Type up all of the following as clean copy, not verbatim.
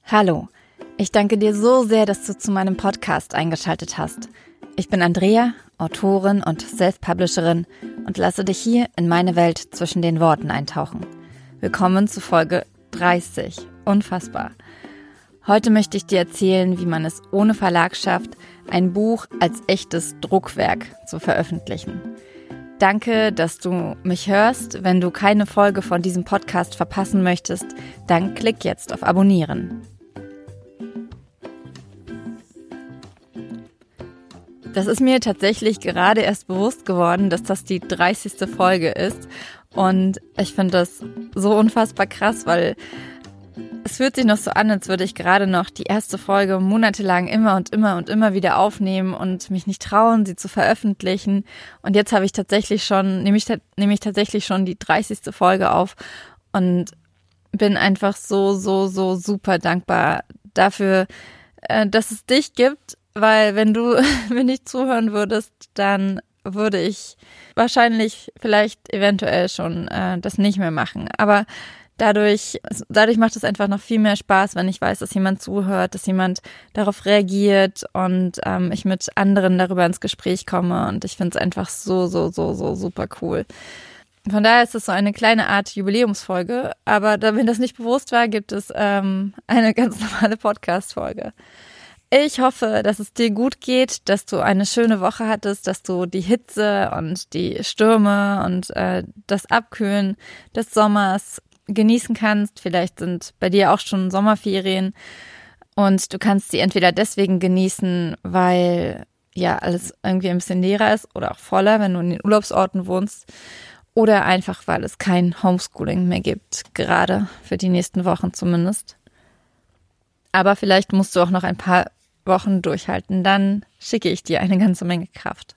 Hallo, ich danke dir so sehr, dass du zu meinem Podcast eingeschaltet hast. Ich bin Andrea, Autorin und Self-Publisherin und lasse dich hier in meine Welt zwischen den Worten eintauchen. Willkommen zu Folge 30. Unfassbar. Heute möchte ich dir erzählen, wie man es ohne Verlag schafft, ein Buch als echtes Druckwerk zu veröffentlichen. Danke, dass du mich hörst. Wenn du keine Folge von diesem Podcast verpassen möchtest, dann klick jetzt auf Abonnieren. Das ist mir tatsächlich gerade erst bewusst geworden, dass das die 30. Folge ist. Und ich finde das so unfassbar krass, weil es fühlt sich noch so an, als würde ich gerade noch die erste Folge monatelang immer wieder aufnehmen und mich nicht trauen, sie zu veröffentlichen. Und jetzt habe ich tatsächlich nehme ich tatsächlich schon die 30. Folge auf und bin einfach so super dankbar dafür, dass es dich gibt. Weil wenn du mir nicht zuhören würdest, dann würde ich wahrscheinlich eventuell schon das nicht mehr machen. Aber dadurch macht es einfach noch viel mehr Spaß, wenn ich weiß, dass jemand zuhört, dass jemand darauf reagiert und ich mit anderen darüber ins Gespräch komme. Und ich finde es einfach so super cool. Von daher ist es so eine kleine Art Jubiläumsfolge. Aber da mir das nicht bewusst war, gibt es eine ganz normale Podcast-Folge. Ich hoffe, dass es dir gut geht, dass du eine schöne Woche hattest, dass du die Hitze und die Stürme und das Abkühlen des Sommers genießen kannst. Vielleicht sind bei dir auch schon Sommerferien und du kannst sie entweder deswegen genießen, weil ja alles irgendwie ein bisschen leerer ist oder auch voller, wenn du in den Urlaubsorten wohnst, oder einfach, weil es kein Homeschooling mehr gibt, gerade für die nächsten Wochen zumindest. Aber vielleicht musst du auch noch ein paar Wochen durchhalten, dann schicke ich dir eine ganze Menge Kraft.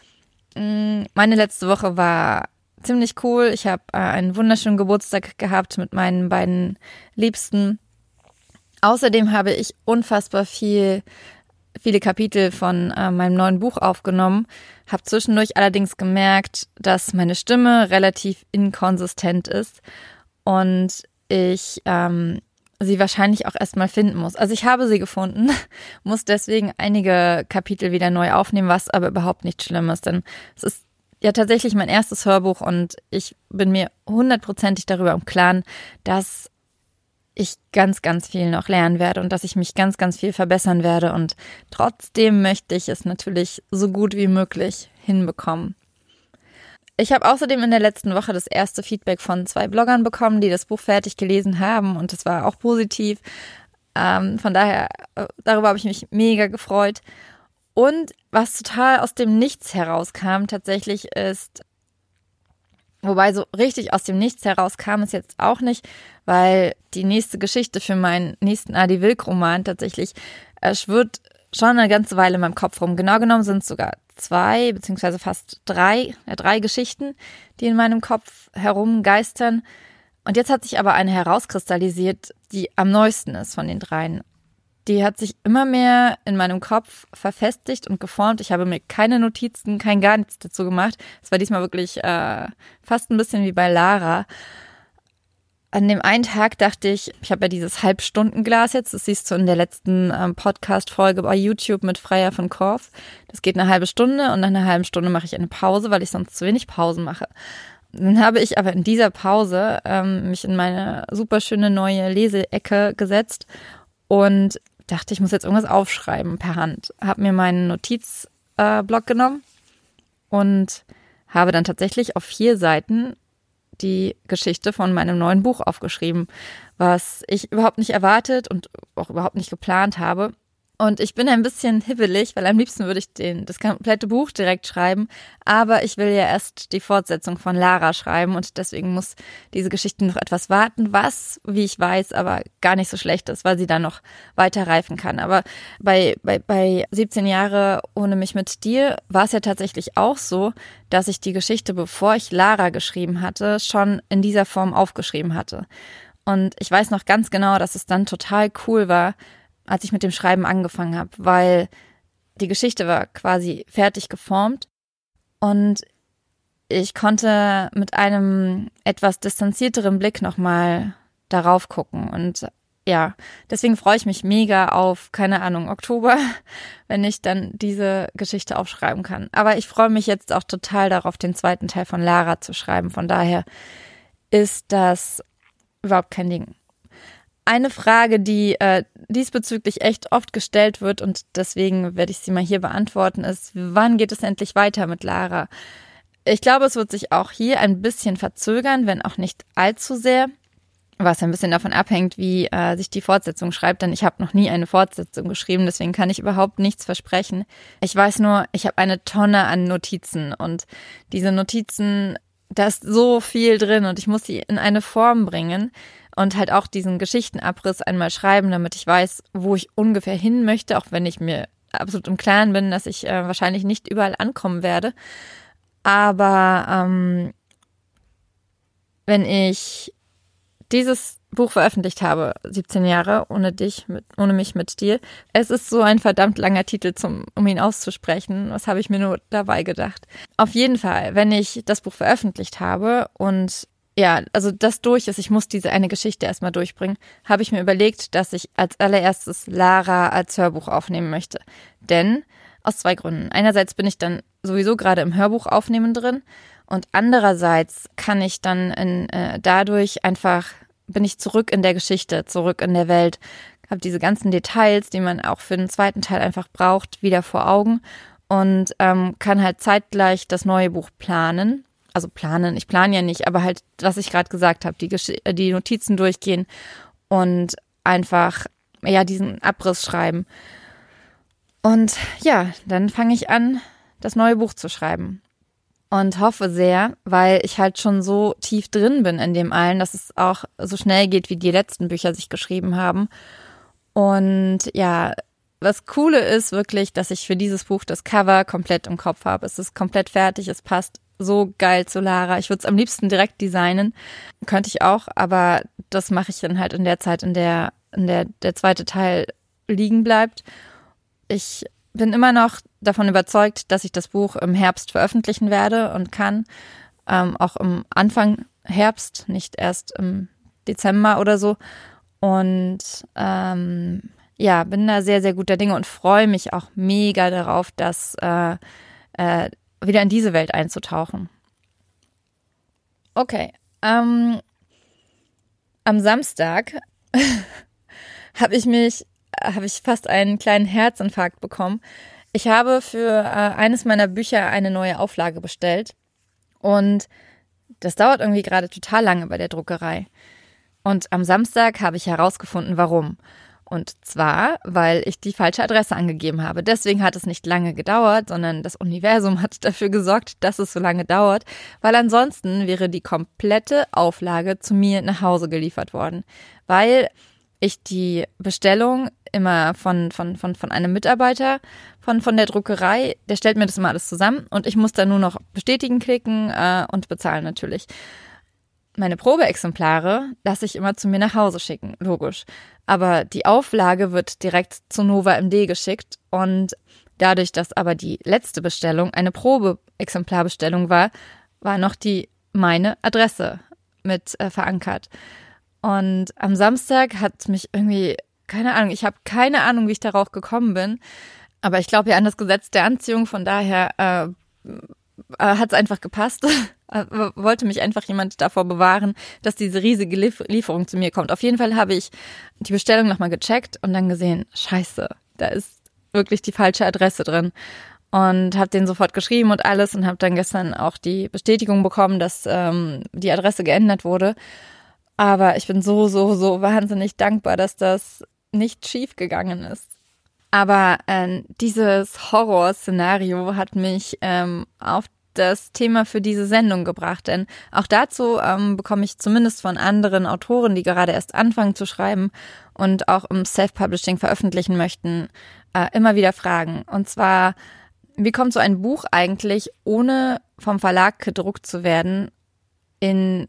Meine letzte Woche war ziemlich cool. Ich habe einen wunderschönen Geburtstag gehabt mit meinen beiden Liebsten. Außerdem habe ich unfassbar viele Kapitel von meinem neuen Buch aufgenommen, habe zwischendurch allerdings gemerkt, dass meine Stimme relativ inkonsistent ist und ich sie wahrscheinlich auch erstmal finden muss. Also ich habe sie gefunden, muss deswegen einige Kapitel wieder neu aufnehmen, was aber überhaupt nicht schlimm ist, denn es ist ja tatsächlich mein erstes Hörbuch und ich bin mir 100%ig darüber im Klaren, dass ich ganz viel noch lernen werde und dass ich mich ganz viel verbessern werde und trotzdem möchte ich es natürlich so gut wie möglich hinbekommen. Ich habe außerdem in der letzten Woche das erste Feedback von 2 Bloggern bekommen, die das Buch fertig gelesen haben und das war auch positiv. Von daher, darüber habe ich mich mega gefreut. Und was total aus dem Nichts herauskam tatsächlich ist, wobei so richtig aus dem Nichts herauskam es jetzt auch nicht, weil die nächste Geschichte für meinen nächsten Adi Wilk-Roman tatsächlich schwirrt schon eine ganze Weile in meinem Kopf rum. Genau genommen sind es sogar 2 beziehungsweise fast 3 Geschichten, die in meinem Kopf herumgeistern. Und jetzt hat sich aber eine herauskristallisiert, die am neuesten ist von den 3. Die hat sich immer mehr in meinem Kopf verfestigt und geformt. Ich habe mir keine Notizen, gar nichts dazu gemacht. Es war diesmal wirklich fast ein bisschen wie bei Lara. An dem einen Tag dachte ich habe ja dieses Halbstundenglas jetzt, das siehst du in der letzten Podcast-Folge bei YouTube mit Freya von Korff. Das geht eine halbe Stunde und nach einer halben Stunde mache ich eine Pause, weil ich sonst zu wenig Pausen mache. Dann habe ich aber in dieser Pause mich in meine super schöne neue Leseecke gesetzt und dachte, ich muss jetzt irgendwas aufschreiben per Hand. Habe mir meinen Notizblock genommen und habe dann tatsächlich auf 4 Seiten die Geschichte von meinem neuen Buch aufgeschrieben, was ich überhaupt nicht erwartet und auch überhaupt nicht geplant habe. Und ich bin ein bisschen hibbelig, weil am liebsten würde ich das komplette Buch direkt schreiben, aber ich will ja erst die Fortsetzung von Lara schreiben und deswegen muss diese Geschichte noch etwas warten, was, wie ich weiß, aber gar nicht so schlecht ist, weil sie dann noch weiter reifen kann. Aber bei 17 Jahre ohne mich mit dir war es ja tatsächlich auch so, dass ich die Geschichte, bevor ich Lara geschrieben hatte, schon in dieser Form aufgeschrieben hatte. Und ich weiß noch ganz genau, dass es dann total cool war, als ich mit dem Schreiben angefangen habe, weil die Geschichte war quasi fertig geformt und ich konnte mit einem etwas distanzierteren Blick nochmal darauf gucken und ja, deswegen freue ich mich mega auf, keine Ahnung, Oktober, wenn ich dann diese Geschichte aufschreiben kann. Aber ich freue mich jetzt auch total darauf, den zweiten Teil von Lara zu schreiben. Von daher ist das überhaupt kein Ding. Eine Frage, die diesbezüglich echt oft gestellt wird und deswegen werde ich sie mal hier beantworten, ist, wann geht es endlich weiter mit Lara? Ich glaube, es wird sich auch hier ein bisschen verzögern, wenn auch nicht allzu sehr, was ein bisschen davon abhängt, wie sich die Fortsetzung schreibt, denn ich habe noch nie eine Fortsetzung geschrieben, deswegen kann ich überhaupt nichts versprechen. Ich weiß nur, ich habe eine Tonne an Notizen und diese Notizen, da ist so viel drin und ich muss sie in eine Form bringen und halt auch diesen Geschichtenabriss einmal schreiben, damit ich weiß, wo ich ungefähr hin möchte, auch wenn ich mir absolut im Klaren bin, dass ich wahrscheinlich nicht überall ankommen werde. Aber wenn ich dieses Buch veröffentlicht habe, 17 Jahre ohne mich mit dir. Es ist so ein verdammt langer Titel, um ihn auszusprechen. Was habe ich mir nur dabei gedacht? Auf jeden Fall, wenn ich das Buch veröffentlicht habe und ja, also das durch ist, ich muss diese eine Geschichte erstmal durchbringen, habe ich mir überlegt, dass ich als allererstes Lara als Hörbuch aufnehmen möchte. Denn aus 2 Gründen. Einerseits bin ich dann sowieso gerade im Hörbuch aufnehmen drin und andererseits kann ich dann dadurch einfach, bin ich zurück in der Geschichte, zurück in der Welt, habe diese ganzen Details, die man auch für den zweiten Teil einfach braucht, wieder vor Augen und kann halt zeitgleich das neue Buch planen. Also planen, ich plane ja nicht, aber halt, was ich gerade gesagt habe, die Notizen durchgehen und einfach, ja, diesen Abriss schreiben. Und ja, dann fange ich an, das neue Buch zu schreiben. Und hoffe sehr, weil ich halt schon so tief drin bin in dem allen, dass es auch so schnell geht, wie die letzten Bücher sich geschrieben haben. Und ja, was Coole ist wirklich, dass ich für dieses Buch das Cover komplett im Kopf habe. Es ist komplett fertig, es passt so geil zu Lara. Ich würde es am liebsten direkt designen. Könnte ich auch, aber das mache ich dann halt in der Zeit, in der der zweite Teil liegen bleibt. Ich bin immer noch davon überzeugt, dass ich das Buch im Herbst veröffentlichen werde und kann. Auch im Anfang Herbst, nicht erst im Dezember oder so. Und ja, bin da sehr, sehr guter Dinge und freue mich auch mega darauf, das wieder in diese Welt einzutauchen. Okay, am Samstag habe ich fast einen kleinen Herzinfarkt bekommen. Ich habe für eines meiner Bücher eine neue Auflage bestellt und das dauert irgendwie gerade total lange bei der Druckerei. Und am Samstag habe ich herausgefunden, warum. Und zwar, weil ich die falsche Adresse angegeben habe. Deswegen hat es nicht lange gedauert, sondern das Universum hat dafür gesorgt, dass es so lange dauert, weil ansonsten wäre die komplette Auflage zu mir nach Hause geliefert worden. Weil ich die Bestellung immer von einem Mitarbeiter von der Druckerei, der stellt mir das immer alles zusammen und ich muss dann nur noch bestätigen klicken und bezahlen natürlich. Meine Probeexemplare lasse ich immer zu mir nach Hause schicken, logisch. Aber die Auflage wird direkt zu Nova MD geschickt und dadurch, dass aber die letzte Bestellung eine Probeexemplarbestellung war noch meine Adresse mit verankert. Und am Samstag hat mich irgendwie, keine Ahnung, ich habe keine Ahnung, wie ich darauf gekommen bin, aber ich glaube ja an das Gesetz der Anziehung, von daher hat es einfach gepasst. Wollte mich einfach jemand davor bewahren, dass diese riesige Lieferung zu mir kommt. Auf jeden Fall habe ich die Bestellung nochmal gecheckt und dann gesehen, scheiße, da ist wirklich die falsche Adresse drin. Und habe den sofort geschrieben und alles und habe dann gestern auch die Bestätigung bekommen, dass die Adresse geändert wurde. Aber ich bin so wahnsinnig dankbar, dass das nicht schief gegangen ist. Aber dieses Horrorszenario hat mich auf das Thema für diese Sendung gebracht, denn auch dazu bekomme ich zumindest von anderen Autoren, die gerade erst anfangen zu schreiben und auch im Self-Publishing veröffentlichen möchten, immer wieder Fragen. Und zwar, wie kommt so ein Buch eigentlich, ohne vom Verlag gedruckt zu werden, in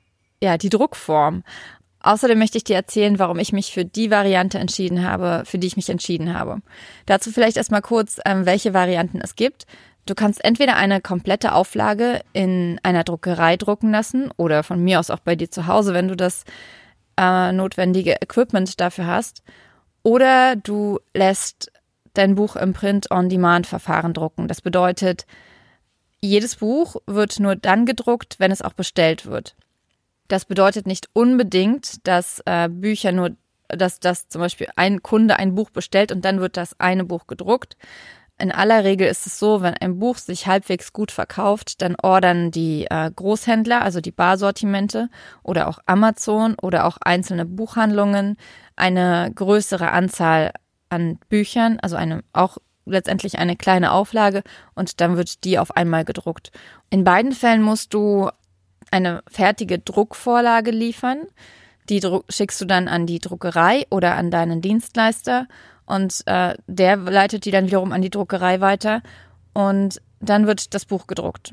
die Druckform? Außerdem möchte ich dir erzählen, warum ich mich für die Variante entschieden habe, für die ich mich entschieden habe. Dazu vielleicht erstmal kurz, welche Varianten es gibt. Du kannst entweder eine komplette Auflage in einer Druckerei drucken lassen oder von mir aus auch bei dir zu Hause, wenn du das notwendige Equipment dafür hast. Oder du lässt dein Buch im Print-on-Demand-Verfahren drucken. Das bedeutet, jedes Buch wird nur dann gedruckt, wenn es auch bestellt wird. Das bedeutet nicht unbedingt, dass dass zum Beispiel ein Kunde ein Buch bestellt und dann wird das eine Buch gedruckt. In aller Regel ist es so, wenn ein Buch sich halbwegs gut verkauft, dann ordern die Großhändler, also die Barsortimente oder auch Amazon oder auch einzelne Buchhandlungen eine größere Anzahl an Büchern, also auch letztendlich eine kleine Auflage und dann wird die auf einmal gedruckt. In beiden Fällen musst du eine fertige Druckvorlage liefern. Die schickst du dann an die Druckerei oder an deinen Dienstleister und der leitet die dann wiederum an die Druckerei weiter und dann wird das Buch gedruckt.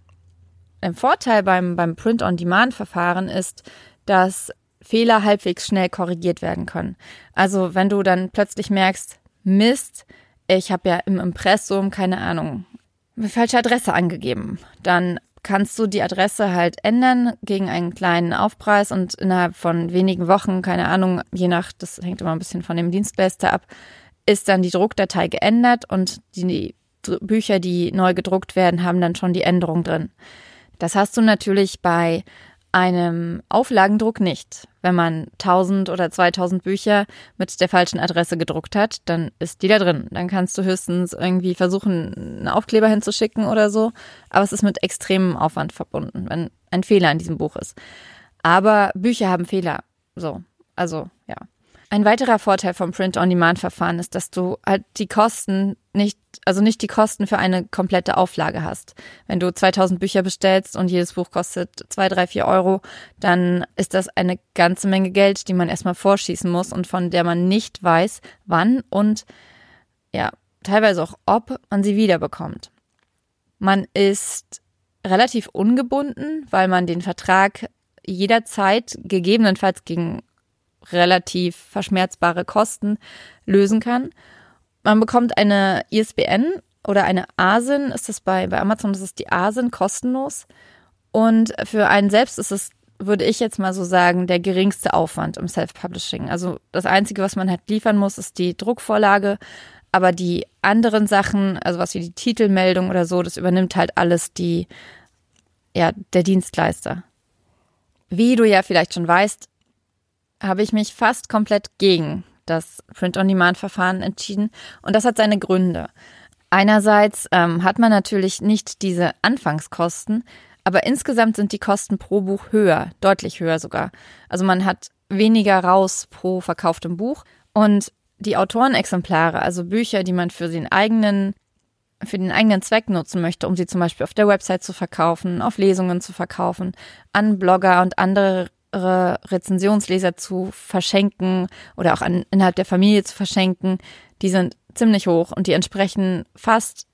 Ein Vorteil beim Print-on-Demand-Verfahren ist, dass Fehler halbwegs schnell korrigiert werden können. Also wenn du dann plötzlich merkst, Mist, ich habe ja im Impressum, keine Ahnung, eine falsche Adresse angegeben, dann kannst du die Adresse halt ändern gegen einen kleinen Aufpreis und innerhalb von wenigen Wochen, keine Ahnung, das hängt immer ein bisschen von dem Dienstleister ab, ist dann die Druckdatei geändert und die Bücher, die neu gedruckt werden, haben dann schon die Änderung drin. Das hast du natürlich bei einem Auflagendruck nicht. Wenn man 1000 oder 2000 Bücher mit der falschen Adresse gedruckt hat, dann ist die da drin. Dann kannst du höchstens irgendwie versuchen, einen Aufkleber hinzuschicken oder so. Aber es ist mit extremem Aufwand verbunden, wenn ein Fehler in diesem Buch ist. Aber Bücher haben Fehler. Also, ja. Ein weiterer Vorteil vom Print-on-Demand-Verfahren ist, dass du halt die Kosten nicht die Kosten für eine komplette Auflage hast. Wenn du 2000 Bücher bestellst und jedes Buch kostet 2, 3, 4 Euro, dann ist das eine ganze Menge Geld, die man erstmal vorschießen muss und von der man nicht weiß, wann und ja, teilweise auch, ob man sie wiederbekommt. Man ist relativ ungebunden, weil man den Vertrag jederzeit gegebenenfalls gegen relativ verschmerzbare Kosten lösen kann. Man bekommt eine ISBN oder eine ASIN, ist das bei Amazon, das ist die ASIN, kostenlos. Und für einen selbst ist es, würde ich jetzt mal so sagen, der geringste Aufwand im Self-Publishing. Also das Einzige, was man halt liefern muss, ist die Druckvorlage. Aber die anderen Sachen, also was wie die Titelmeldung oder so, das übernimmt halt alles der Dienstleister. Wie du ja vielleicht schon weißt, habe ich mich fast komplett gegen das Print-on-Demand-Verfahren entschieden und das hat seine Gründe. Einerseits hat man natürlich nicht diese Anfangskosten, aber insgesamt sind die Kosten pro Buch höher, deutlich höher sogar. Also man hat weniger raus pro verkauftem Buch und die Autorenexemplare, also Bücher, die man für den eigenen Zweck nutzen möchte, um sie zum Beispiel auf der Website zu verkaufen, auf Lesungen zu verkaufen, an Blogger und andere Rezensionsleser zu verschenken oder auch innerhalb der Familie zu verschenken, die sind ziemlich hoch und die entsprechen fast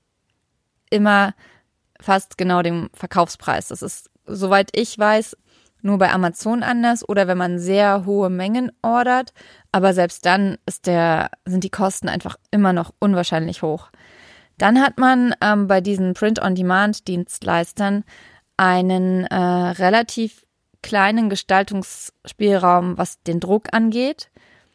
genau dem Verkaufspreis. Das ist, soweit ich weiß, nur bei Amazon anders oder wenn man sehr hohe Mengen ordert, aber selbst dann sind die Kosten einfach immer noch unwahrscheinlich hoch. Dann hat man bei diesen Print-on-Demand-Dienstleistern einen relativ kleinen Gestaltungsspielraum, was den Druck angeht.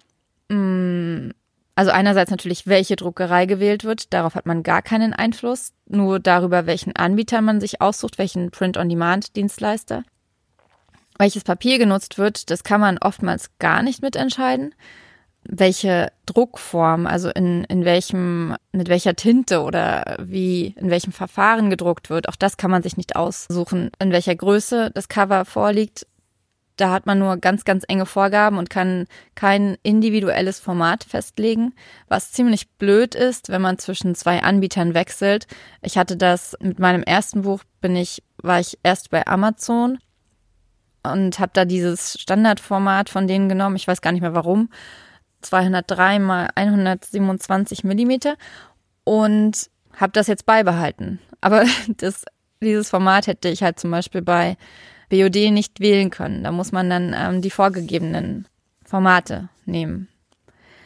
Also einerseits natürlich, welche Druckerei gewählt wird, darauf hat man gar keinen Einfluss, nur darüber, welchen Anbieter man sich aussucht, welchen Print-on-Demand-Dienstleister. Welches Papier genutzt wird, das kann man oftmals gar nicht mitentscheiden. Welche Druckform, also mit welcher Tinte oder in welchem Verfahren gedruckt wird, auch das kann man sich nicht aussuchen. In welcher Größe das Cover vorliegt, da hat man nur ganz, ganz enge Vorgaben und kann kein individuelles Format festlegen, was ziemlich blöd ist, wenn man zwischen 2 Anbietern wechselt. Ich hatte das mit meinem ersten Buch, war ich erst bei Amazon und habe da dieses Standardformat von denen genommen, ich weiß gar nicht mehr warum, 203 mal 127 Millimeter und habe das jetzt beibehalten. Aber dieses Format hätte ich halt zum Beispiel bei BOD nicht wählen können. Da muss man dann die vorgegebenen Formate nehmen.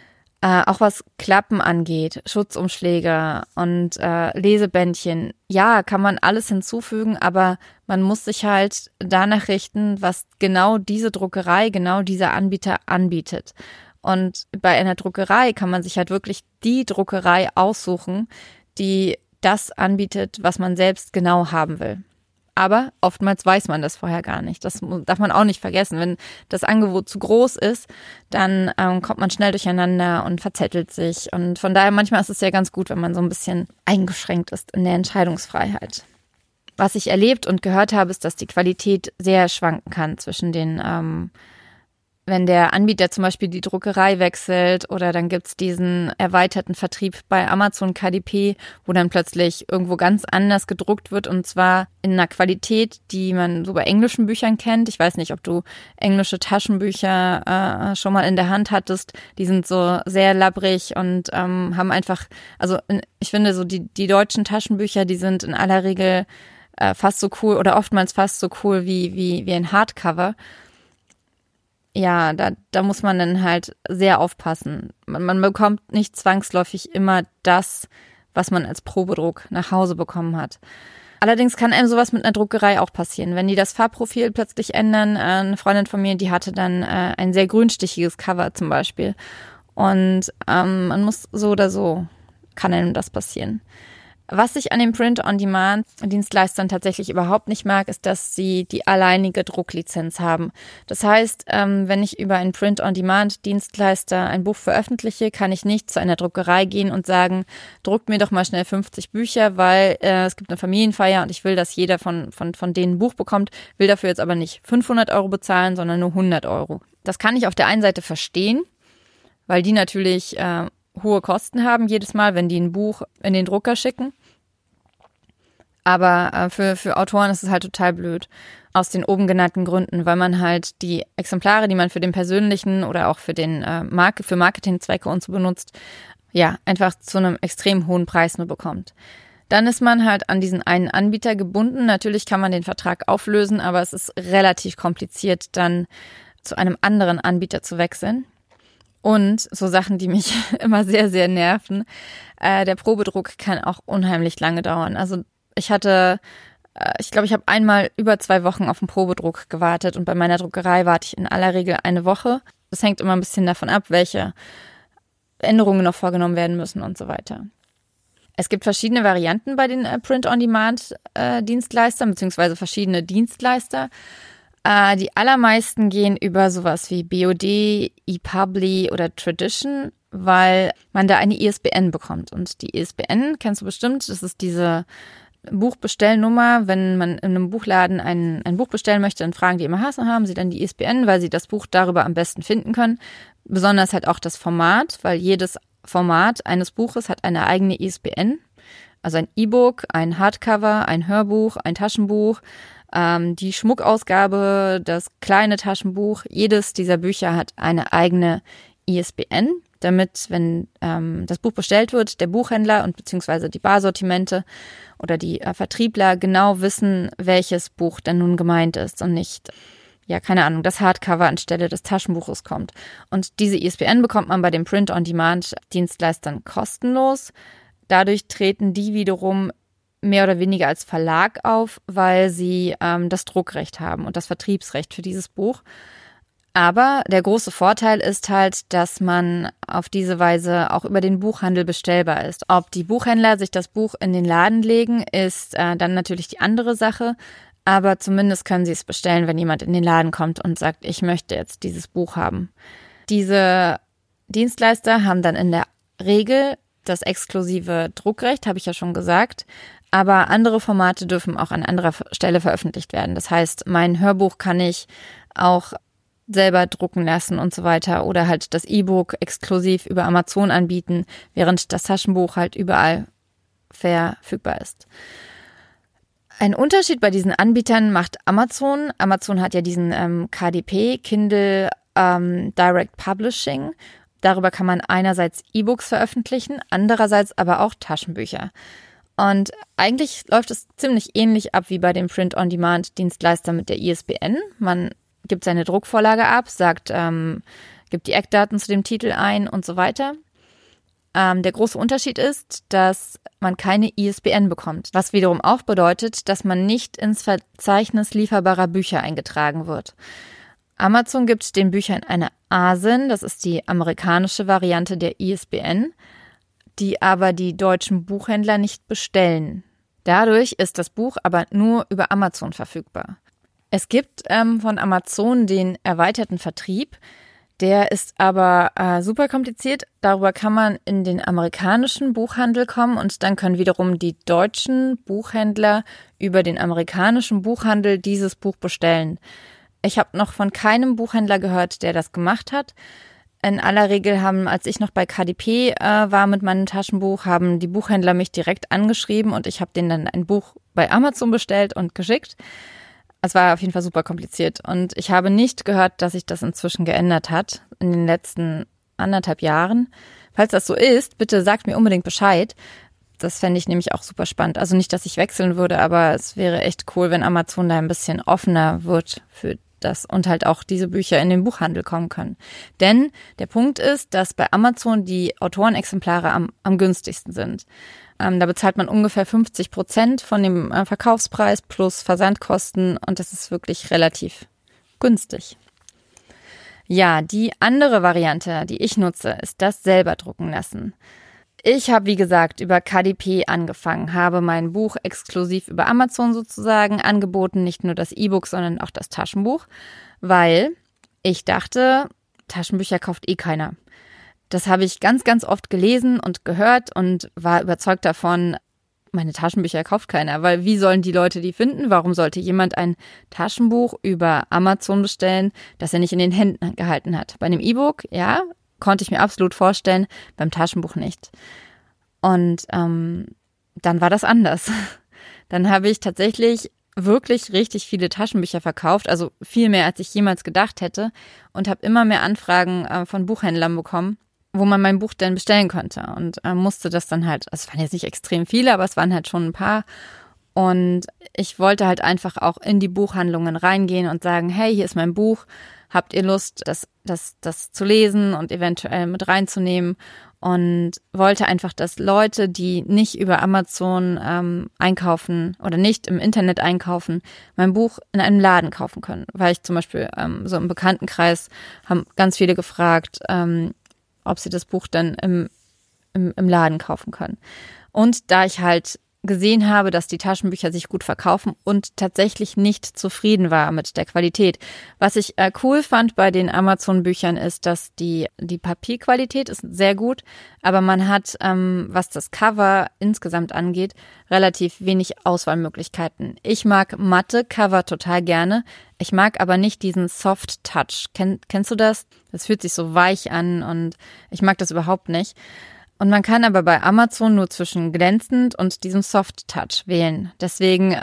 Auch was Klappen angeht, Schutzumschläge und Lesebändchen, ja, kann man alles hinzufügen, aber man muss sich halt danach richten, was genau diese Druckerei, genau dieser Anbieter anbietet. Und bei einer Druckerei kann man sich halt wirklich die Druckerei aussuchen, die das anbietet, was man selbst genau haben will. Aber oftmals weiß man das vorher gar nicht. Das darf man auch nicht vergessen. Wenn das Angebot zu groß ist, dann kommt man schnell durcheinander und verzettelt sich. Und von daher manchmal ist es ja ganz gut, wenn man so ein bisschen eingeschränkt ist in der Entscheidungsfreiheit. Was ich erlebt und gehört habe, ist, dass die Qualität sehr schwanken kann zwischen den wenn der Anbieter zum Beispiel die Druckerei wechselt oder dann gibt's diesen erweiterten Vertrieb bei Amazon KDP, wo dann plötzlich irgendwo ganz anders gedruckt wird und zwar in einer Qualität, die man so bei englischen Büchern kennt. Ich weiß nicht, ob du englische Taschenbücher schon mal in der Hand hattest. Die sind so sehr labbrig und haben einfach, also ich finde so die deutschen Taschenbücher, die sind in aller Regel fast so cool oder oftmals fast so cool wie ein Hardcover. Ja, da muss man dann halt sehr aufpassen. Man bekommt nicht zwangsläufig immer das, was man als Probedruck nach Hause bekommen hat. Allerdings kann einem sowas mit einer Druckerei auch passieren. Wenn die das Farbprofil plötzlich ändern, eine Freundin von mir, die hatte dann ein sehr grünstichiges Cover zum Beispiel. Und man muss so oder so, kann einem das passieren. Was ich an den Print-on-Demand-Dienstleistern tatsächlich überhaupt nicht mag, ist, dass sie die alleinige Drucklizenz haben. Das heißt, wenn ich über einen Print-on-Demand-Dienstleister ein Buch veröffentliche, kann ich nicht zu einer Druckerei gehen und sagen, druckt mir doch mal schnell 50 Bücher, weil es gibt eine Familienfeier und ich will, dass jeder von denen ein Buch bekommt, will dafür jetzt aber nicht 500 € bezahlen, sondern nur 100 €. Das kann ich auf der einen Seite verstehen, weil die natürlich hohe Kosten haben jedes Mal, wenn die ein Buch in den Drucker schicken. Aber für Autoren ist es halt total blöd. Aus den oben genannten Gründen, weil man halt die Exemplare, die man für den persönlichen oder auch für den für Marketingzwecke und so benutzt, ja, einfach zu einem extrem hohen Preis nur bekommt. Dann ist man halt an diesen einen Anbieter gebunden. Natürlich kann man den Vertrag auflösen, aber es ist relativ kompliziert, dann zu einem anderen Anbieter zu wechseln. Und so Sachen, die mich immer sehr, sehr nerven. Der Probedruck kann auch unheimlich lange dauern. Also ich glaube, ich habe einmal über 2 Wochen auf den Probedruck gewartet und bei meiner Druckerei warte ich in aller Regel eine Woche. Das hängt immer ein bisschen davon ab, welche Änderungen noch vorgenommen werden müssen und so weiter. Es gibt verschiedene Varianten bei den Print-on-Demand-Dienstleistern, beziehungsweise verschiedene Dienstleister. Die allermeisten gehen über sowas wie BOD, ePubli oder Tradition, weil man da eine ISBN bekommt. Und die ISBN kennst du bestimmt, das ist diese Buchbestellnummer. Wenn man in einem Buchladen ein Buch bestellen möchte, dann fragen die immer, haben sie dann die ISBN, weil sie das Buch darüber am besten finden können. Besonders halt auch das Format, weil jedes Format eines Buches hat eine eigene ISBN. Also ein E-Book, ein Hardcover, ein Hörbuch, ein Taschenbuch, die Schmuckausgabe, das kleine Taschenbuch. Jedes dieser Bücher hat eine eigene ISBN, damit, wenn das Buch bestellt wird, der Buchhändler und beziehungsweise die Barsortimente oder die Vertriebler genau wissen, welches Buch denn nun gemeint ist und nicht, ja, keine Ahnung, das Hardcover anstelle des Taschenbuches kommt. Und diese ISBN bekommt man bei den Print-on-Demand-Dienstleistern kostenlos. Dadurch treten die wiederum mehr oder weniger als Verlag auf, weil sie das Druckrecht haben und das Vertriebsrecht für dieses Buch. Aber der große Vorteil ist halt, dass man auf diese Weise auch über den Buchhandel bestellbar ist. Ob die Buchhändler sich das Buch in den Laden legen, ist dann natürlich die andere Sache. Aber zumindest können sie es bestellen, wenn jemand in den Laden kommt und sagt, ich möchte jetzt dieses Buch haben. Diese Dienstleister haben dann in der Regel das exklusive Druckrecht, habe ich ja schon gesagt. Aber andere Formate dürfen auch an anderer Stelle veröffentlicht werden. Das heißt, mein Hörbuch kann ich auch selber drucken lassen und so weiter oder halt das E-Book exklusiv über Amazon anbieten, während das Taschenbuch halt überall verfügbar ist. Ein Unterschied bei diesen Anbietern macht Amazon. Amazon hat ja diesen KDP, Kindle Direct Publishing. Darüber kann man einerseits E-Books veröffentlichen, andererseits aber auch Taschenbücher. Und eigentlich läuft es ziemlich ähnlich ab wie bei dem Print-on-Demand-Dienstleister mit der ISBN. Man gibt seine Druckvorlage ab, sagt, gibt die Eckdaten zu dem Titel ein und so weiter. Der große Unterschied ist, dass man keine ISBN bekommt, was wiederum auch bedeutet, dass man nicht ins Verzeichnis lieferbarer Bücher eingetragen wird. Amazon gibt den Büchern eine ASIN, das ist die amerikanische Variante der ISBN, die aber die deutschen Buchhändler nicht bestellen. Dadurch ist das Buch aber nur über Amazon verfügbar. Es gibt von Amazon den erweiterten Vertrieb, der ist aber super kompliziert. Darüber kann man in den amerikanischen Buchhandel kommen und dann können wiederum die deutschen Buchhändler über den amerikanischen Buchhandel dieses Buch bestellen. Ich habe noch von keinem Buchhändler gehört, der das gemacht hat. In aller Regel als ich noch bei KDP war mit meinem Taschenbuch, haben die Buchhändler mich direkt angeschrieben und ich habe denen dann ein Buch bei Amazon bestellt und geschickt. Es war auf jeden Fall super kompliziert und ich habe nicht gehört, dass sich das inzwischen geändert hat in den letzten 1,5 Jahren. Falls das so ist, bitte sagt mir unbedingt Bescheid. Das fände ich nämlich auch super spannend. Also nicht, dass ich wechseln würde, aber es wäre echt cool, wenn Amazon da ein bisschen offener wird für das und halt auch diese Bücher in den Buchhandel kommen können. Denn der Punkt ist, dass bei Amazon die Autorenexemplare am günstigsten sind. Da bezahlt man ungefähr 50% von dem Verkaufspreis plus Versandkosten und das ist wirklich relativ günstig. Ja, die andere Variante, die ich nutze, ist das selber drucken lassen. Ich habe, wie gesagt, über KDP angefangen, habe mein Buch exklusiv über Amazon sozusagen angeboten, nicht nur das E-Book, sondern auch das Taschenbuch, weil ich dachte, Taschenbücher kauft eh keiner. Das habe ich ganz, ganz oft gelesen und gehört und war überzeugt davon, meine Taschenbücher kauft keiner, weil wie sollen die Leute die finden? Warum sollte jemand ein Taschenbuch über Amazon bestellen, das er nicht in den Händen gehalten hat? Bei einem E-Book, ja, konnte ich mir absolut vorstellen, beim Taschenbuch nicht. Und dann war das anders. Dann habe ich tatsächlich wirklich richtig viele Taschenbücher verkauft, also viel mehr, als ich jemals gedacht hätte und habe immer mehr Anfragen von Buchhändlern bekommen, wo man mein Buch denn bestellen konnte und musste das dann halt, also es waren jetzt nicht extrem viele, aber es waren halt schon ein paar und ich wollte halt einfach auch in die Buchhandlungen reingehen und sagen, hey, hier ist mein Buch, habt ihr Lust, das zu lesen und eventuell mit reinzunehmen und wollte einfach, dass Leute, die nicht über Amazon einkaufen oder nicht im Internet einkaufen, mein Buch in einem Laden kaufen können, weil ich zum Beispiel so im Bekanntenkreis haben ganz viele gefragt, ob sie das Buch dann im Laden kaufen können. Und da ich halt gesehen habe, dass die Taschenbücher sich gut verkaufen und tatsächlich nicht zufrieden war mit der Qualität. Was ich cool fand bei den Amazon-Büchern ist, dass die Papierqualität ist sehr gut, aber man hat, was das Cover insgesamt angeht, relativ wenig Auswahlmöglichkeiten. Ich mag matte Cover total gerne. Ich mag aber nicht diesen Soft Touch. Kennst du das? Das fühlt sich so weich an und ich mag das überhaupt nicht. Und man kann aber bei Amazon nur zwischen glänzend und diesem Soft Touch wählen. Deswegen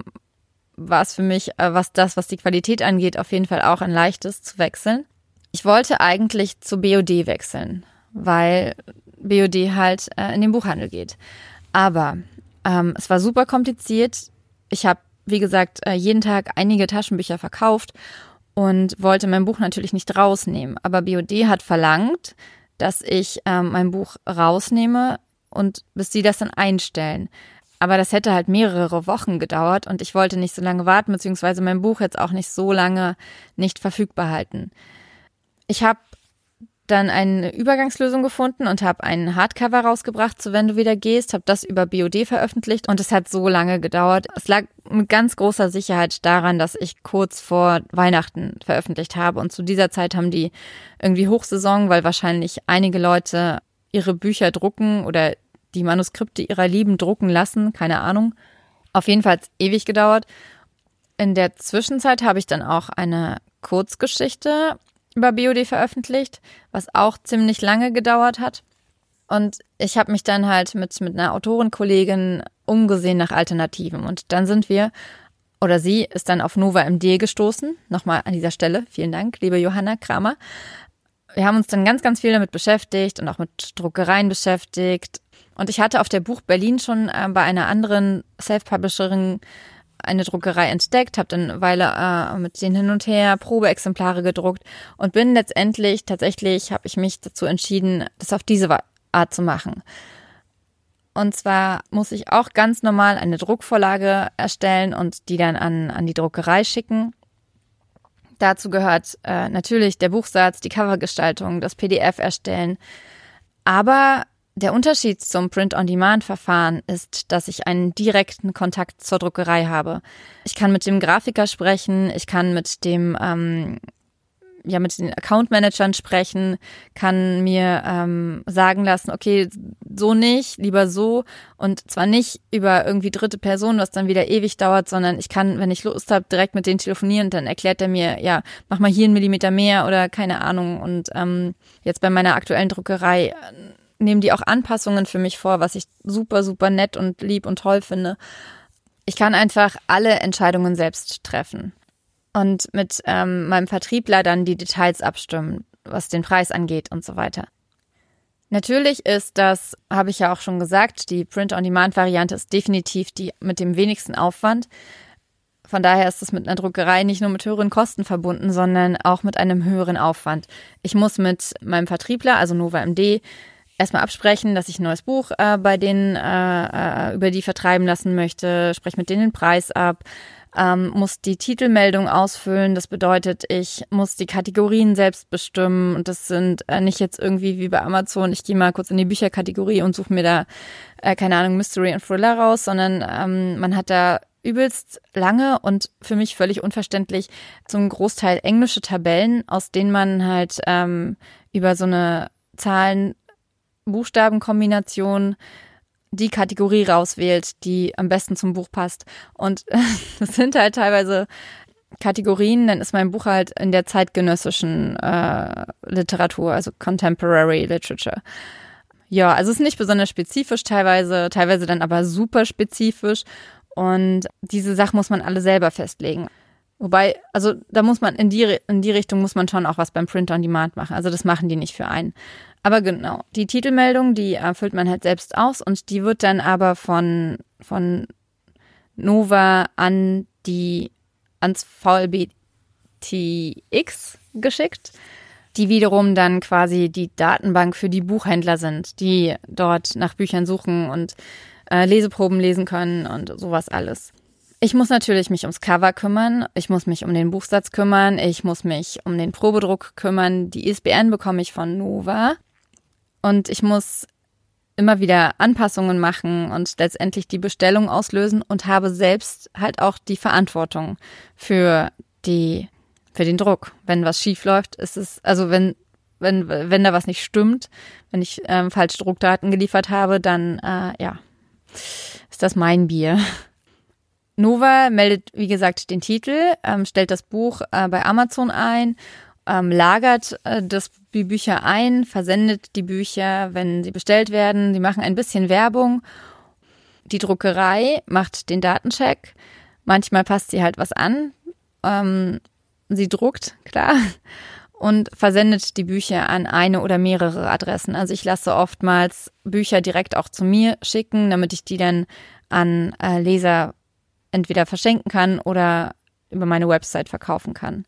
war es für mich, was die Qualität angeht, auf jeden Fall auch ein leichtes zu wechseln. Ich wollte eigentlich zu BOD wechseln, weil BOD halt in den Buchhandel geht. Aber es war super kompliziert. Ich habe, wie gesagt, jeden Tag einige Taschenbücher verkauft und wollte mein Buch natürlich nicht rausnehmen. Aber BOD hat verlangt, dass ich mein Buch rausnehme und bis sie das dann einstellen. Aber das hätte halt mehrere Wochen gedauert und ich wollte nicht so lange warten, beziehungsweise mein Buch jetzt auch nicht so lange nicht verfügbar halten. Ich habe dann eine Übergangslösung gefunden und habe einen Hardcover rausgebracht, zu Wenn du wieder gehst, habe das über BOD veröffentlicht und es hat so lange gedauert. Es lag mit ganz großer Sicherheit daran, dass ich kurz vor Weihnachten veröffentlicht habe und zu dieser Zeit haben die irgendwie Hochsaison, weil wahrscheinlich einige Leute ihre Bücher drucken oder die Manuskripte ihrer Lieben drucken lassen, keine Ahnung. Auf jeden Fall hat es ewig gedauert. In der Zwischenzeit habe ich dann auch eine Kurzgeschichte über BOD veröffentlicht, was auch ziemlich lange gedauert hat. Und ich habe mich dann halt mit einer Autorenkollegin umgesehen nach Alternativen. Und dann sie ist dann auf Nova MD gestoßen. Nochmal an dieser Stelle, vielen Dank, liebe Johanna Kramer. Wir haben uns dann ganz, ganz viel damit beschäftigt und auch mit Druckereien beschäftigt. Und ich hatte auf der Buch Berlin schon bei einer anderen Self-Publisherin eine Druckerei entdeckt, habe dann eine Weile mit denen hin und her Probeexemplare gedruckt und bin letztendlich, tatsächlich habe ich mich dazu entschieden, das auf diese Art zu machen. Und zwar muss ich auch ganz normal eine Druckvorlage erstellen und die dann an die Druckerei schicken. Dazu gehört natürlich der Buchsatz, die Covergestaltung, das PDF erstellen. Aber der Unterschied zum Print-on-Demand-Verfahren ist, dass ich einen direkten Kontakt zur Druckerei habe. Ich kann mit dem Grafiker sprechen, ich kann mit den Account-Managern sprechen, kann mir sagen lassen, okay, so nicht, lieber so, und zwar nicht über irgendwie dritte Personen, was dann wieder ewig dauert, sondern ich kann, wenn ich Lust habe, direkt mit denen telefonieren, dann erklärt er mir, ja, mach mal hier 1 Millimeter mehr oder keine Ahnung. Und jetzt bei meiner aktuellen Druckerei nehmen die auch Anpassungen für mich vor, was ich super, super nett und lieb und toll finde. Ich kann einfach alle Entscheidungen selbst treffen. Und mit meinem Vertriebler dann die Details abstimmen, was den Preis angeht und so weiter. Natürlich ist das, habe ich ja auch schon gesagt, die Print-on-Demand-Variante ist definitiv die mit dem wenigsten Aufwand. Von daher ist es mit einer Druckerei nicht nur mit höheren Kosten verbunden, sondern auch mit einem höheren Aufwand. Ich muss mit meinem Vertriebler, also NovaMD, erstmal absprechen, dass ich ein neues Buch bei denen über die vertreiben lassen möchte, spreche mit denen den Preis ab, muss die Titelmeldung ausfüllen. Das bedeutet, ich muss die Kategorien selbst bestimmen und das sind nicht jetzt irgendwie wie bei Amazon, ich gehe mal kurz in die Bücherkategorie und suche mir da, keine Ahnung, Mystery und Thriller raus, sondern man hat da übelst lange und für mich völlig unverständlich zum Großteil englische Tabellen, aus denen man halt über so eine Zahlen-Buchstaben-Kombination die Kategorie rauswählt, die am besten zum Buch passt. Und das sind halt teilweise Kategorien, dann ist mein Buch halt in der zeitgenössischen Literatur, also Contemporary Literature. Ja, also es ist nicht besonders spezifisch teilweise dann aber super spezifisch und diese Sachen muss man alle selber festlegen. Wobei, also da muss man in die Richtung muss man schon auch was beim Print on Demand machen. Also das machen die nicht für einen. Aber genau, die Titelmeldung, die füllt man halt selbst aus und die wird dann aber von Nova ans VLBTX geschickt, die wiederum dann quasi die Datenbank für die Buchhändler sind, die dort nach Büchern suchen und Leseproben lesen können und sowas alles. Ich muss natürlich mich ums Cover kümmern, ich muss mich um den Buchsatz kümmern, ich muss mich um den Probedruck kümmern, die ISBN bekomme ich von Nova und ich muss immer wieder Anpassungen machen und letztendlich die Bestellung auslösen und habe selbst halt auch die Verantwortung für den Druck. Wenn was schief läuft, ist es, also wenn da was nicht stimmt, wenn ich falsche Druckdaten geliefert habe, dann ist das mein Bier. Nova meldet, wie gesagt, den Titel, stellt das Buch bei Amazon ein, lagert die Bücher ein, versendet die Bücher, wenn sie bestellt werden. Sie machen ein bisschen Werbung. Die Druckerei macht den Datencheck. Manchmal passt sie halt was an. Sie druckt, klar, und versendet die Bücher an eine oder mehrere Adressen. Also ich lasse oftmals Bücher direkt auch zu mir schicken, damit ich die dann an Leser entweder verschenken kann oder über meine Website verkaufen kann.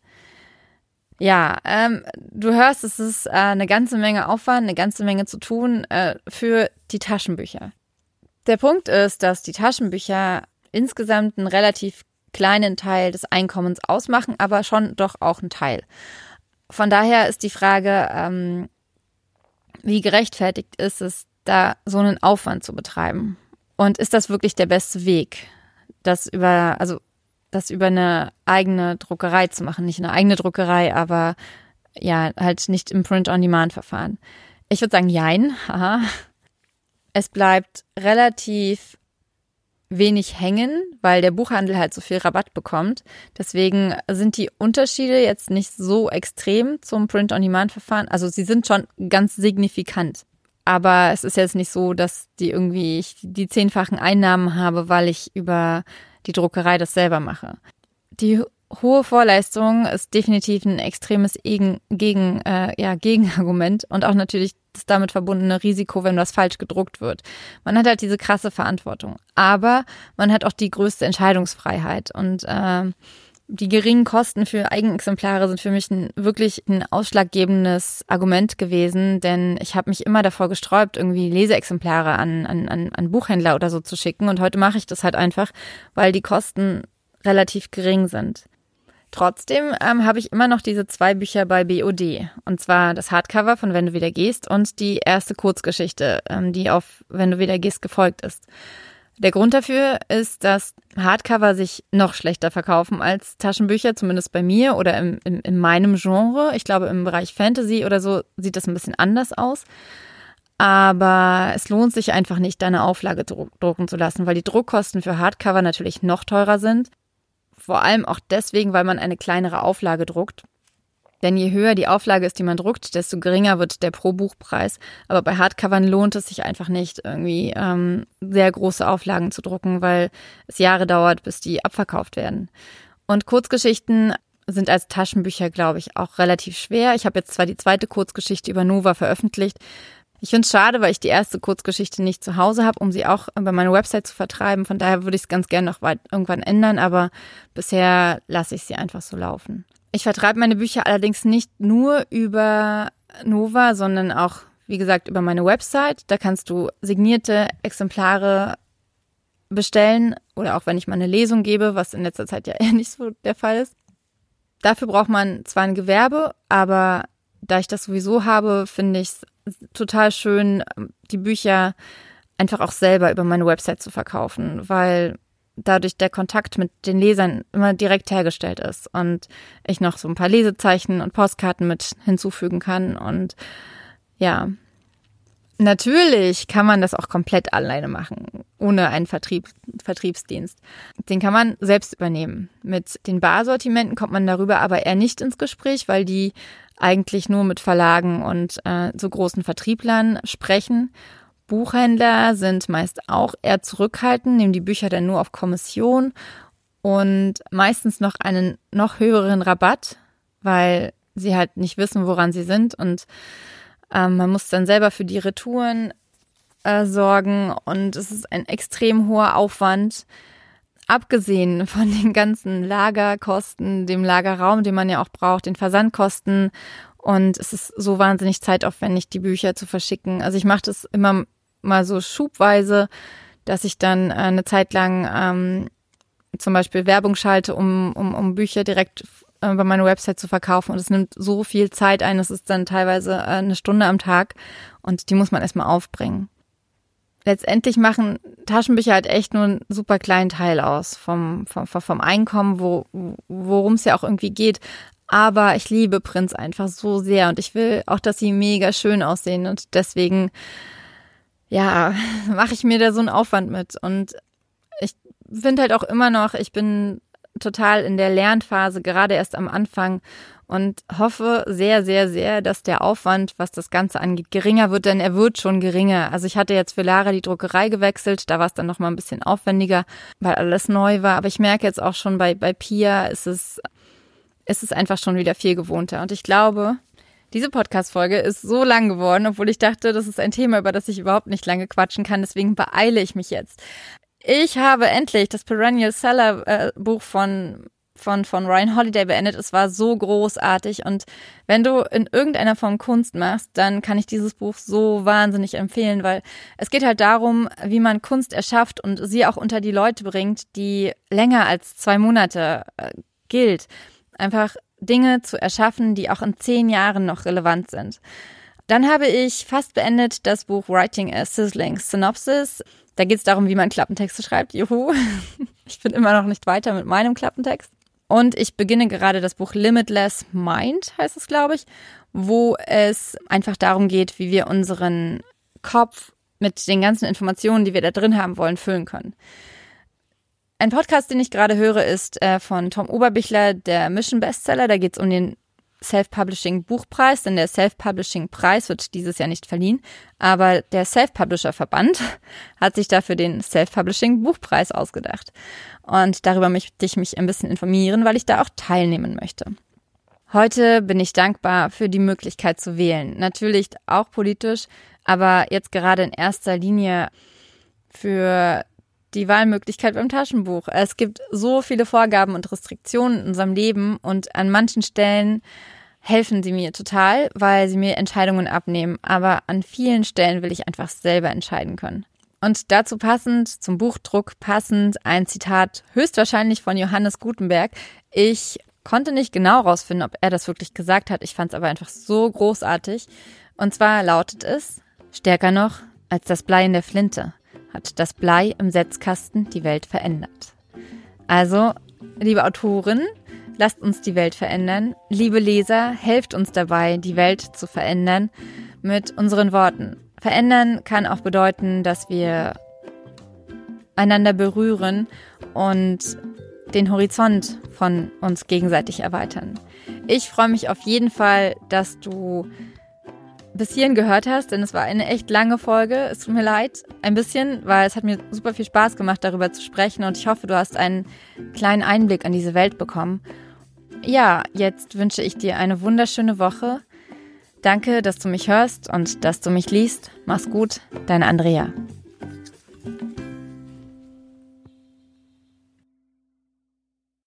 Ja, du hörst, es ist eine ganze Menge Aufwand, eine ganze Menge zu tun für die Taschenbücher. Der Punkt ist, dass die Taschenbücher insgesamt einen relativ kleinen Teil des Einkommens ausmachen, aber schon doch auch einen Teil. Von daher ist die Frage, wie gerechtfertigt ist es, da so einen Aufwand zu betreiben? Und ist das wirklich der beste Weg, das über eine eigene Druckerei zu machen? Nicht eine eigene Druckerei, aber ja, halt nicht im Print-on-Demand-Verfahren. Ich würde sagen, jein. Haha. Es bleibt relativ wenig hängen, weil der Buchhandel halt so viel Rabatt bekommt. Deswegen sind die Unterschiede jetzt nicht so extrem zum Print-on-Demand-Verfahren. Also sie sind schon ganz signifikant. Aber es ist jetzt nicht so, dass ich die 10-fachen Einnahmen habe, weil ich über die Druckerei das selber mache. Die hohe Vorleistung ist definitiv ein extremes Gegenargument und auch natürlich das damit verbundene Risiko, wenn was falsch gedruckt wird. Man hat halt diese krasse Verantwortung, aber man hat auch die größte Entscheidungsfreiheit und Die geringen Kosten für Eigenexemplare sind für mich wirklich ein ausschlaggebendes Argument gewesen, denn ich habe mich immer davor gesträubt, irgendwie Leseexemplare an Buchhändler oder so zu schicken. Und heute mache ich das halt einfach, weil die Kosten relativ gering sind. Trotzdem habe ich immer noch diese 2 Bücher bei BOD. Und zwar das Hardcover von Wenn du wieder gehst und die erste Kurzgeschichte, die auf Wenn du wieder gehst gefolgt ist. Der Grund dafür ist, dass Hardcover sich noch schlechter verkaufen als Taschenbücher, zumindest bei mir oder in meinem Genre. Ich glaube, im Bereich Fantasy oder so sieht das ein bisschen anders aus. Aber es lohnt sich einfach nicht, da eine Auflage drucken zu lassen, weil die Druckkosten für Hardcover natürlich noch teurer sind. Vor allem auch deswegen, weil man eine kleinere Auflage druckt. Denn je höher die Auflage ist, die man druckt, desto geringer wird der Pro-Buchpreis. Aber bei Hardcovern lohnt es sich einfach nicht, irgendwie sehr große Auflagen zu drucken, weil es Jahre dauert, bis die abverkauft werden. Und Kurzgeschichten sind als Taschenbücher, glaube ich, auch relativ schwer. Ich habe jetzt zwar die 2. Kurzgeschichte über Nova veröffentlicht. Ich finde es schade, weil ich die erste Kurzgeschichte nicht zu Hause habe, um sie auch bei meiner Website zu vertreiben. Von daher würde ich es ganz gerne noch irgendwann ändern, aber bisher lasse ich sie einfach so laufen. Ich vertreibe meine Bücher allerdings nicht nur über Nova, sondern auch, wie gesagt, über meine Website. Da kannst du signierte Exemplare bestellen oder auch wenn ich mal eine Lesung gebe, was in letzter Zeit ja eher nicht so der Fall ist. Dafür braucht man zwar ein Gewerbe, aber da ich das sowieso habe, finde ich es total schön, die Bücher einfach auch selber über meine Website zu verkaufen, weil dadurch der Kontakt mit den Lesern immer direkt hergestellt ist und ich noch so ein paar Lesezeichen und Postkarten mit hinzufügen kann. Und ja, natürlich kann man das auch komplett alleine machen, ohne einen Vertriebsdienst. Den kann man selbst übernehmen. Mit den Barsortimenten kommt man darüber aber eher nicht ins Gespräch, weil die eigentlich nur mit Verlagen und so großen Vertrieblern sprechen. Buchhändler sind meist auch eher zurückhaltend, nehmen die Bücher dann nur auf Kommission und meistens noch einen noch höheren Rabatt, weil sie halt nicht wissen, woran sie sind und man muss dann selber für die Retouren sorgen und es ist ein extrem hoher Aufwand, abgesehen von den ganzen Lagerkosten, dem Lagerraum, den man ja auch braucht, den Versandkosten und es ist so wahnsinnig zeitaufwendig, die Bücher zu verschicken. Also ich mache das immer mal so schubweise, dass ich dann eine Zeit lang zum Beispiel Werbung schalte, um Bücher direkt bei meiner Website zu verkaufen. Und es nimmt so viel Zeit ein, es ist dann teilweise eine Stunde am Tag und die muss man erstmal aufbringen. Letztendlich machen Taschenbücher halt echt nur einen super kleinen Teil aus vom Einkommen, worum es ja auch irgendwie geht. Aber ich liebe Prints einfach so sehr und ich will auch, dass sie mega schön aussehen und deswegen ja, mache ich mir da so einen Aufwand mit. Und ich finde halt auch immer noch, ich bin total in der Lernphase, gerade erst am Anfang und hoffe sehr, sehr, sehr, dass der Aufwand, was das Ganze angeht, geringer wird, denn er wird schon geringer. Also ich hatte jetzt für Lara die Druckerei gewechselt, da war es dann nochmal ein bisschen aufwendiger, weil alles neu war. Aber ich merke jetzt auch schon bei Pia ist es einfach schon wieder viel gewohnter. Und ich glaube, diese Podcast-Folge ist so lang geworden, obwohl ich dachte, das ist ein Thema, über das ich überhaupt nicht lange quatschen kann. Deswegen beeile ich mich jetzt. Ich habe endlich das Perennial Seller Buch von Ryan Holiday beendet. Es war so großartig. Und wenn du in irgendeiner Form Kunst machst, dann kann ich dieses Buch so wahnsinnig empfehlen, weil es geht halt darum, wie man Kunst erschafft und sie auch unter die Leute bringt, die länger als 2 Monate gilt. Einfach Dinge zu erschaffen, die auch in 10 Jahren noch relevant sind. Dann habe ich fast beendet das Buch Writing a Sizzling Synopsis. Da geht es darum, wie man Klappentexte schreibt. Juhu. Ich bin immer noch nicht weiter mit meinem Klappentext. Und ich beginne gerade das Buch Limitless Mind, heißt es, glaube ich, wo es einfach darum geht, wie wir unseren Kopf mit den ganzen Informationen, die wir da drin haben wollen, füllen können. Ein Podcast, den ich gerade höre, ist von Tom Oberbichler, der Mission Bestseller. Da geht es um den Self-Publishing-Buchpreis, denn der Self-Publishing-Preis wird dieses Jahr nicht verliehen. Aber der Self-Publisher-Verband hat sich dafür den Self-Publishing-Buchpreis ausgedacht. Und darüber möchte ich mich ein bisschen informieren, weil ich da auch teilnehmen möchte. Heute bin ich dankbar für die Möglichkeit zu wählen. Natürlich auch politisch, aber jetzt gerade in erster Linie für die Wahlmöglichkeit beim Taschenbuch. Es gibt so viele Vorgaben und Restriktionen in unserem Leben und an manchen Stellen helfen sie mir total, weil sie mir Entscheidungen abnehmen. Aber an vielen Stellen will ich einfach selber entscheiden können. Und dazu passend, zum Buchdruck passend, ein Zitat höchstwahrscheinlich von Johannes Gutenberg. Ich konnte nicht genau rausfinden, ob er das wirklich gesagt hat. Ich fand es aber einfach so großartig. Und zwar lautet es: Stärker noch als das Blei in der Flinte hat das Blei im Setzkasten die Welt verändert. Also, liebe Autorin, lasst uns die Welt verändern. Liebe Leser, helft uns dabei, die Welt zu verändern mit unseren Worten. Verändern kann auch bedeuten, dass wir einander berühren und den Horizont von uns gegenseitig erweitern. Ich freue mich auf jeden Fall, dass du bis hierhin gehört hast, denn es war eine echt lange Folge. Es tut mir leid, ein bisschen, weil es hat mir super viel Spaß gemacht, darüber zu sprechen und ich hoffe, du hast einen kleinen Einblick an diese Welt bekommen. Ja, jetzt wünsche ich dir eine wunderschöne Woche. Danke, dass du mich hörst und dass du mich liest. Mach's gut, deine Andrea.